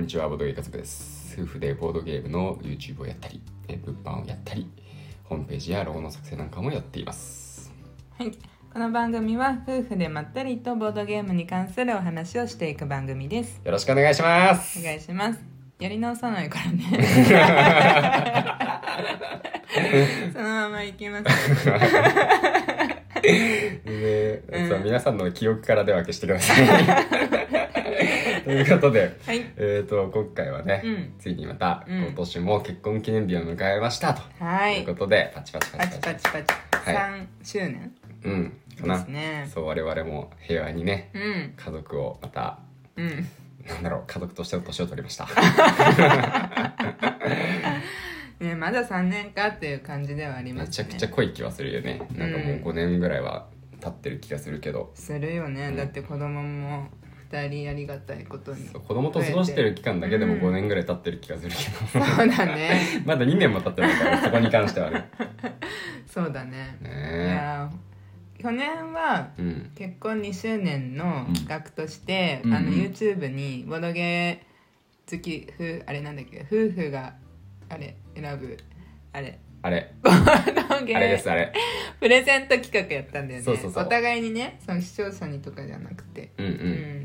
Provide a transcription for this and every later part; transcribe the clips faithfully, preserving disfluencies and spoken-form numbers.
にちは、ボードゲー家族です。夫婦でボードゲームの YouTube をやったり、物販をやったり、ホームページやロゴの作成なんかもやっています。 はい、この番組は夫婦でまったりとボードゲームに関するお話をしていく番組です。 よろしくお願いします。 お願いします。やり直さないからねそのままいきますで、うん、そう皆さんの記憶からでは消してくださいということで、はい、えーと今回はね、うん、ついにまた今年も結婚記念日を迎えましたと、はい、いうことでパチパチパチパチパチパチ、 はい、さんしゅうねんうんかなですね。 そう我々も平和にね、 うん、 家族をまた、 うん、 なんだろう家族としての年を取りましたね、まださんねんかっていう感じではありますね。 めちゃくちゃ濃い気はするよね。なんかもうごねんぐらいは経ってる気がするけど、 するよね、うん、だって子供もふたりありがたいことにそう子供と過ごしてる期間だけでもごねんぐらい経ってる気がするけど、 うん、そうだねまだにねんも経ってないからそこに関してはねそうだね。 ねいや去年は結婚にしゅうねんの企画として、うん、あの YouTube にボドゲー好き夫あれなんだっけ夫婦があれ選ぶあれあれボドゲーあれですあれプレゼント企画やったんだよね。 そうそうそう、 お互いにね、その視聴者にとかじゃなくて、 うんうんうん、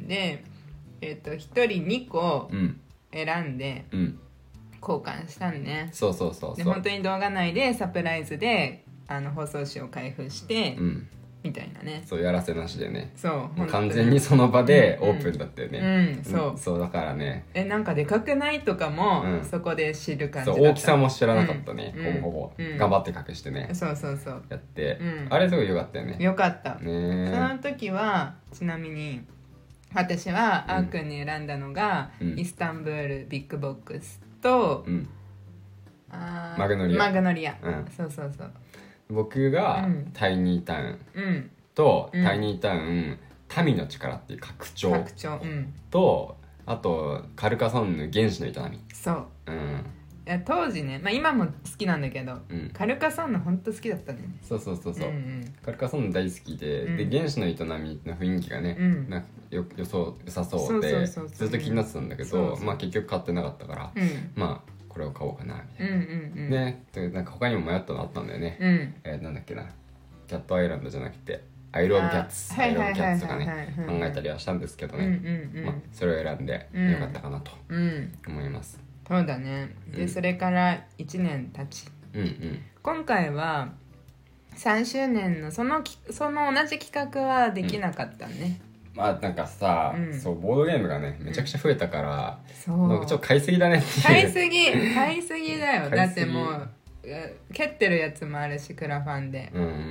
で、えーと、ひとりにこ選んで交換したんね、 うん、そうそうそうそう。 で本当に動画内でサプライズであの包装紙を開封して、うん、みたいなね。 そうやらせなしでね。 そうもう完全にその場でオープンだったよね。 うん、うんうん、そう、 うん、そうだからね。 えなんかでかくないとかも、うん、そこで知る感じだった。 そう大きさも知らなかったね、うん、ほぼほぼ、うん、頑張って隠してね。 そうそうそうやって、 うん、 あれすごい良かったよね。 良かったね。 その時はちなみに私はあーくんに選んだのが、うん、イスタンブールビッグボックスと、うん、あマグノリアマグノリア、うん、そうそうそう。 僕が、うん、タイニータウン、うんと、うん、タイニータウン民の力っていう拡張、 拡張、うん、 とあとカルカソンヌ原始の営み。 そう、 うん、 いや当時ね、まあ、今も好きなんだけど、うん、カルカソンヌほんと好きだったね。 そうそうそうそう、うんうん、カルカソンヌ大好きで、うん、で原始の営みの雰囲気がね、うん、なんか よ, よ, そう良さそうでずっと気になってたんだけど、そうそうそう、まあ、結局買ってなかったから、うん、まあこれを買おうかなみたいな、うんうんうん、ね、でなんか他にも迷ったのあったんだよね、うん、えー、なんだっけなキャットアイランドじゃなくてアイロンキャッツアイロンキャッツとかね考えたりはしたんですけどね、うんうんうん、まあ、それを選んでよかったかなと思います、 うん、そうだね。で、うん、それからいちねん経ち、うんうん、今回はさんしゅうねんのそのその同じ企画はできなかったね、 うん、まあなんかさ、うん、そうボードゲームがねめちゃくちゃ増えたから、うん、そうちょっと買いすぎだねっていう買いすぎ買いすぎだよだってもう蹴ってるやつもあるしクラファンで、うんうんうん、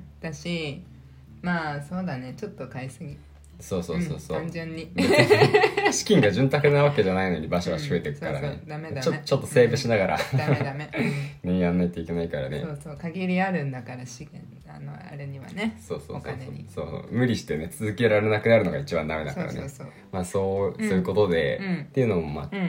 だしまあそうだねちょっと買いすぎ。 そうそうそうそう、 うん、単純に資金が潤沢なわけじゃないのに場所は増えていくからね、うん、そうそうダメダメちょ、ちょっとセーブしながら、 うん、ダメダメねやんないといけないからね。 そうそう限りあるんだから資源あのあれにはね。 そうそうそうそうお金にそう無理してね続けられなくなるのが一番ダメだからね。そうそうそうまあそう、そういうことで、うん、っていうのもあって、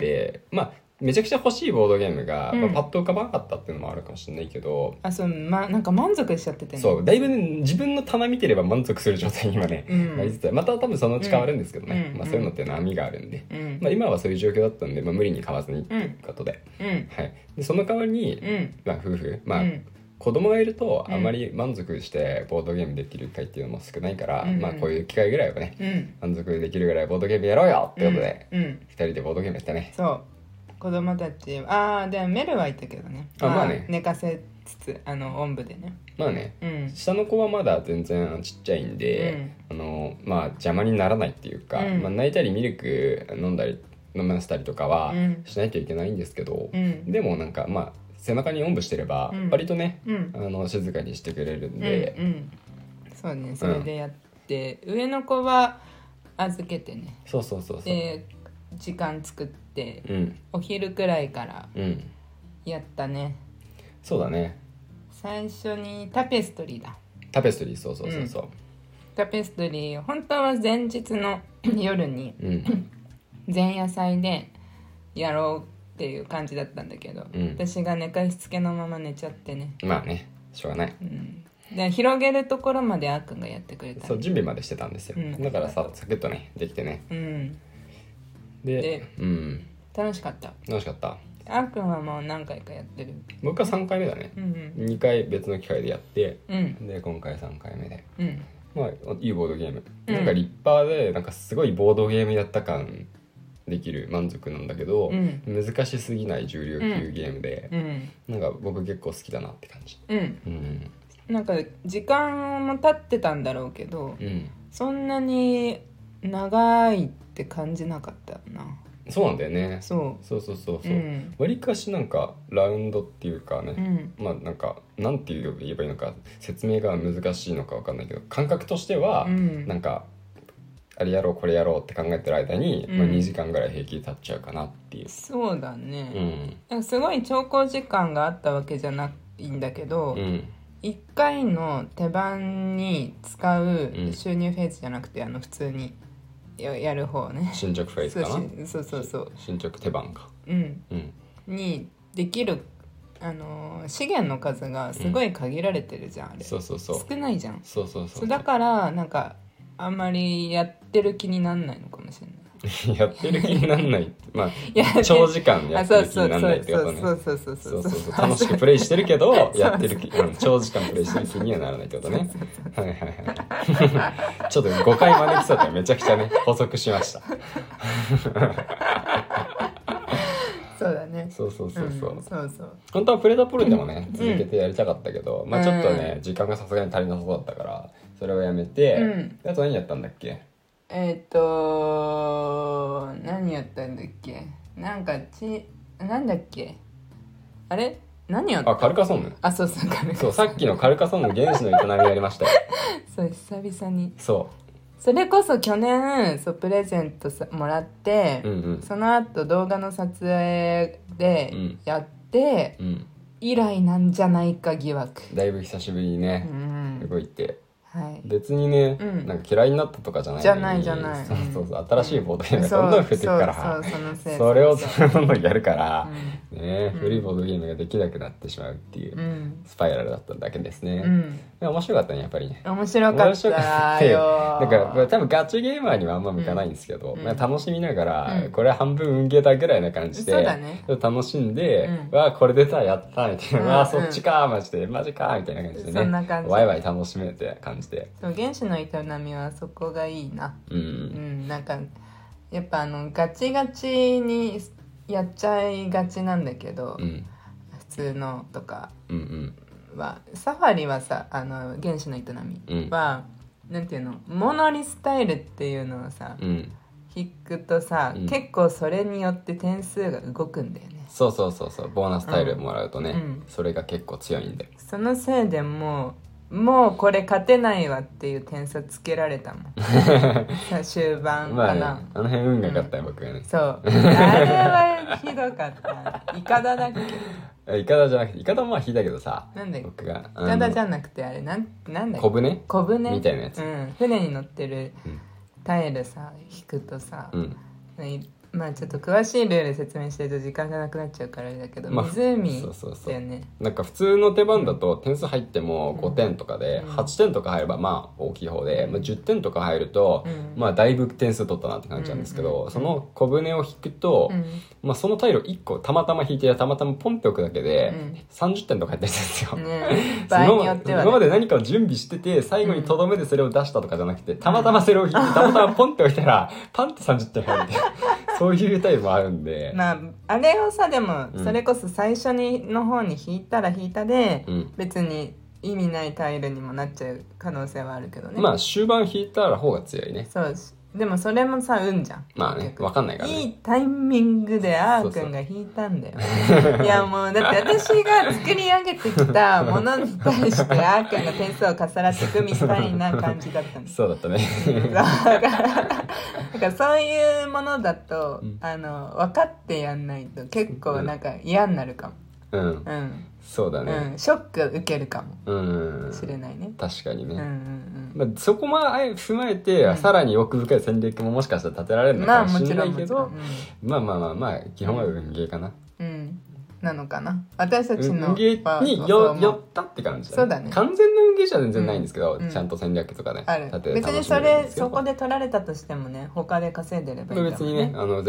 うん、まあめちゃくちゃ欲しいボードゲームが、うんまあ、パッと浮かばなかったっていうのもあるかもしれないけど、 あそう、ま、なんか満足しちゃってて、ね、 そうだいぶ、ね、自分の棚見てれば満足する状態に今ね、うん、なりつつまた多分そのうち変わるんですけどね、うんまあ、そういうのって波があるんで、うんまあ、今はそういう状況だったんで、まあ、無理に買わずにっていうことで、うんはい、でその代わりに、うんまあ、夫婦まあ、うん子供がいるとあまり満足してボードゲームできる機会っていうのも少ないから、うんうん、まあこういう機会ぐらいはね、うん、満足できるぐらいボードゲームやろうよってことで、うんうん、ふたりでボードゲームやったね。 そう子供たちああでもメルはいたけどね、 あ、まあ、まあね寝かせつつあのおんぶでねまあね、うん、下の子はまだ全然ちっちゃいんで、うん、あのまあ邪魔にならないっていうか、うんまあ、泣いたりミルク飲んだり飲ませたりとかはしないといけないんですけど、うん、でもなんかまあ背中におんぶしてれば割とね、うん、あの静かにしてくれるんで、 うんうん、そうねそれでやって、うん、上の子は預けてねそうそうそうそうで時間作って、うん、お昼くらいからやったね、 うん、そうだね最初にタペストリーだタペストリーそうそうそうそう、うん、 タペストリー本当は前日の夜に、うん、前夜祭でやろうっていう感じだったんだけど、うん、私が寝かしつけのまま寝ちゃってねまあねしょうがない、 うん、で広げるところまであーくんがやってくれたそう準備までしてたんですよ、うん、だからさサクッとねできてね、うん、で、で、うん、 楽しかった。 楽しかった。 あーくんはもう何回かやってる？ 僕はさんかいめだね、うんうん、にかい別の機会でやって、うん、で今回さんかいめで、うん、まあいいボードゲーム、うん、なんか立派でなんかすごいボードゲームやった感できる満足なんだけど、うん、難しすぎない重量級ゲームで、うん、なんか僕結構好きだなって感じ、うんうん、なんか時間も経ってたんだろうけど、うん、そんなに長いって感じなかったな。 そうなんだよね。 そうそうそうそうそう、うん、割かしなんかラウンドっていうかね、うん、まあなんかなんて言えばいいのか説明が難しいのか分かんないけど、感覚としては、うん、なんかあれやろうこれやろうって考えてる間に、うん、まあ、にじかんぐらい平気で経っちゃうかなっていう。 そうだね、うん、すごい長考時間があったわけじゃないんだけど、うん、いっかいの手番に使う収入フェーズじゃなくて、あの普通にやる方ね、 進捗フェーズかな。そうそうそう進捗手番か、 うんうん、にできるあの資源の数がすごい限られてるじゃん、うん、あれそうそうそう少ないじゃん。 そうそうそうそうだからなんかあんまりやってる気になんないのかもしれないやってる気になんないまあ長時間やってる気になんないってことね。そうそうそうそうそうそう楽しくプレイしてるけどやってる気、うん、長時間プレイしてる気にはならないってことね。はいはいはいちょっと誤解招きそうでめちゃくちゃね補足しましたそうだね。 そうそうそうそう、うん、 そうそう本当はプレダポルでもね、うん、続けてやりたかったけど、まあちょっとね、うん、時間がさすがに足りなさそうだったからそれをやめて、うん、あと何やったんだっけ。 えっ、ー、と何やったんだっけ。なんかちなんだっけあれ何やった。 あカルカソンヌ。 あそうそうカルカソンヌ。 そうさっきのカルカソンヌ原始の営みやりましたよそう久々に。 そうそれこそ去年そうプレゼントさもらって、うんうん、その後動画の撮影でやって、うんうん、以来なんじゃないか疑惑。 だいぶ久しぶりにね、うん、動いて。 はい、 別にね、うん、なんか嫌いになったとかじゃないじゃないじゃない。 そうそうそう新しいボードゲームがどんどん増えていくから、 そうそうそのせいそれをどんどんやるから、うん、ね、古いボードゲームができなくなってしまうっていうスパイラルだっただけですね、うん、で面白かったねやっぱりね。 面白かったよ。 だから多分ガチゲーマーにはあんま向かないんですけど、うんまあ、楽しみながら、うん、これ半分運ゲーだぐらいな感じで、ね、楽しんで、うん、わあこれ出たやったみたいな、うん、わあそっちかマジでマジかみたいな感じでね、そんな感じワイワイ楽しめて感じで。 そう原始の営みはそこがいいな、うん、うん、なんかやっぱあのガチガチにやっちゃいがちなんだけど、うん、普通のとかは、うんうん、サファリはさあの原始の営みは、うん、なんていうのモノリスタイルっていうのをさ、うん、引くとさ、うん、結構それによって点数が動くんだよね。 そうそうそうそうボーナスタイルもらうとね、うん、それが結構強いんで、 そのせいでもうもうこれ勝てないわっていう点差つけられたもんさ終盤かな、まあね、 あの辺運がかったよ、うん、僕がね。 そうあれはひどかったイカダだっけイカダじゃなくてイカダもまあ引いたけどさ、 なんで僕がイカダじゃなくてあれなんなんだっけ小舟小舟みたいなやつ、 うん、船に乗ってるタイルさ引くとさ、うんまあちょっと詳しいルール説明してると時間がなくなっちゃうからあれだけど、まあ、湖そうそうそうだよね。 なんか普通の手番だと点数入ってもごてんとかで、うん、はちてんとか入ればまあ大きい方で、まあ、じゅってんとか入ると、うん、まあだいぶ点数取ったなって感じなんですけど、うん、その小舟を引くと、うん、まあそのタイルをいっこたまたま引いてたまたまポンって置くだけで、うん、さんじゅってんとか入ったりするんですよ、ね、場合によっては、ね、今まで何かを準備してて最後にとどめでそれを出したとかじゃなくて、たまたまそれを引いてたまたまポンって置いたらパンってさんじゅってん入ってそういうタイプもあるんで、 まああれをさでもそれこそ最初にの方に引いたら引いたで、うん、別に意味ないタイルにもなっちゃう可能性はあるけどね。 まあ終盤引いたら方が強いね。 そうでもそれもさ運じゃん。 まあね分かんないからね。 いいタイミングであーくんが引いたんだよ。そうそういやもうだって私が作り上げてきたものに対してあーくんが点数を重なっていくみたいな感じだったんです。 そうだったね。 だからだからそういうものだと、うん、あの分かってやんないと結構なんか嫌になるかも。うん、うんそうだね、 うん、ショック受けるかもしれないね。 確かにね、うんうんうんまあ、そこも踏まえて、うん、さらに奥深い戦略ももしかしたら立てられるのかもしれないけど、まあもちろんもちろん、うん、まあまあまあまあ基本は運ゲーかな、 うん、うんなのかな私たちの運ゲーによ寄ったって感じだね。 そうだね。 完全な運ゲーじゃ全然ないんですけど、うん、ちゃんと戦略とかね、 ある。別にそれそこで取られたとしてもね他で稼いでればいいんだもんね。 別にねあの絶対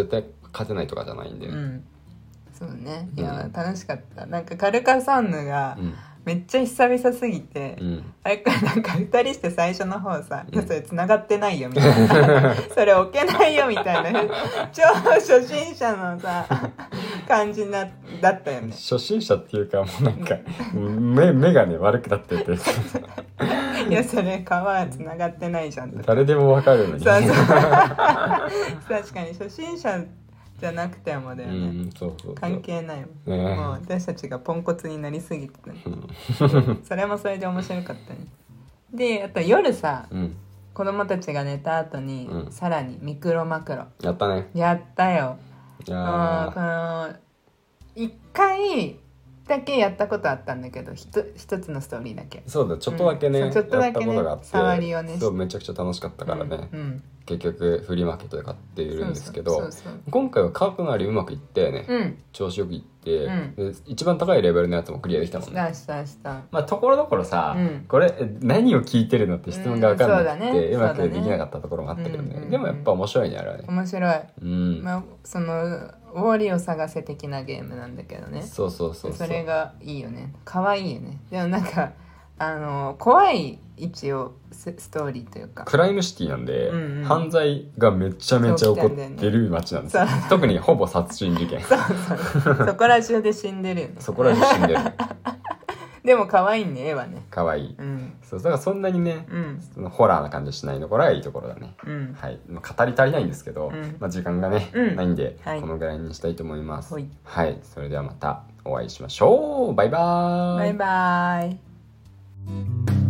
勝てないとかじゃないんで、 うん、そうね。いや、うん、楽しかった。なんかカルカソンヌがめっちゃ久々すぎて、うん、あれからなんかふたりして最初の方さ、うん、それ繋がってないよみたいなそれ置けないよみたいな超初心者のさ感じなだったよね。 初心者っていうかもうなんか目, 目がね悪くなってていやそれ皮は繋がってないじゃんって誰でもわかるのにそうそう確かに初心者じゃなくてもだよね、うん、そうそうそう関係ないもん、ね、もう私たちがポンコツになりすぎて、ね、それもそれで面白かったね。であと夜さ、うん、子供たちが寝た後に、うん、さらにミクロマクロやったね。 やったよ。いやこの一回だけやったことあったんだけど、ひと一つのストーリーだけ。 そうだちょっとだけね、うん、 ちょっとだけねやったことがあって、 触りをねそうめちゃくちゃ楽しかったからね、うんうん、結局フリーマーケットで買っているんですけど、そうそうそうそう今回はかなりうまくいったよね、うん、調子よくいって、うん、で一番高いレベルのやつもクリアできたもんね。 したしたまあところどころさ、うん、これ何を聞いてるのって質問が分かんなくて、うん う, ね、うまくできなかったところもあったけどね、うんうん、でもやっぱ面白いねあれはね。 面白い、うんまあ、そのウォーリーを探せ的なゲームなんだけどね。 そうそうそうそう、 それがいいよね。可愛いよね。でもなんかあの怖い一応ストーリーというかクライムシティなんで、うんうん、犯罪がめちゃめちゃ起こってる街なんですよ、ね、特にほぼ殺人事件そうそうそこら中で死んでるよねそこら中死んでるでも可愛いね絵はね。 可愛い、うん、そうだからそんなにね、うん、そのホラーな感じしないところがいいところだね、うん、はい、語り足りないんですけど、うんまあ、時間がね、うん、ないんで、はい、このぐらいにしたいと思います。はい、はい、それではまたお会いしましょう。バイバーイ。 バイバーイ。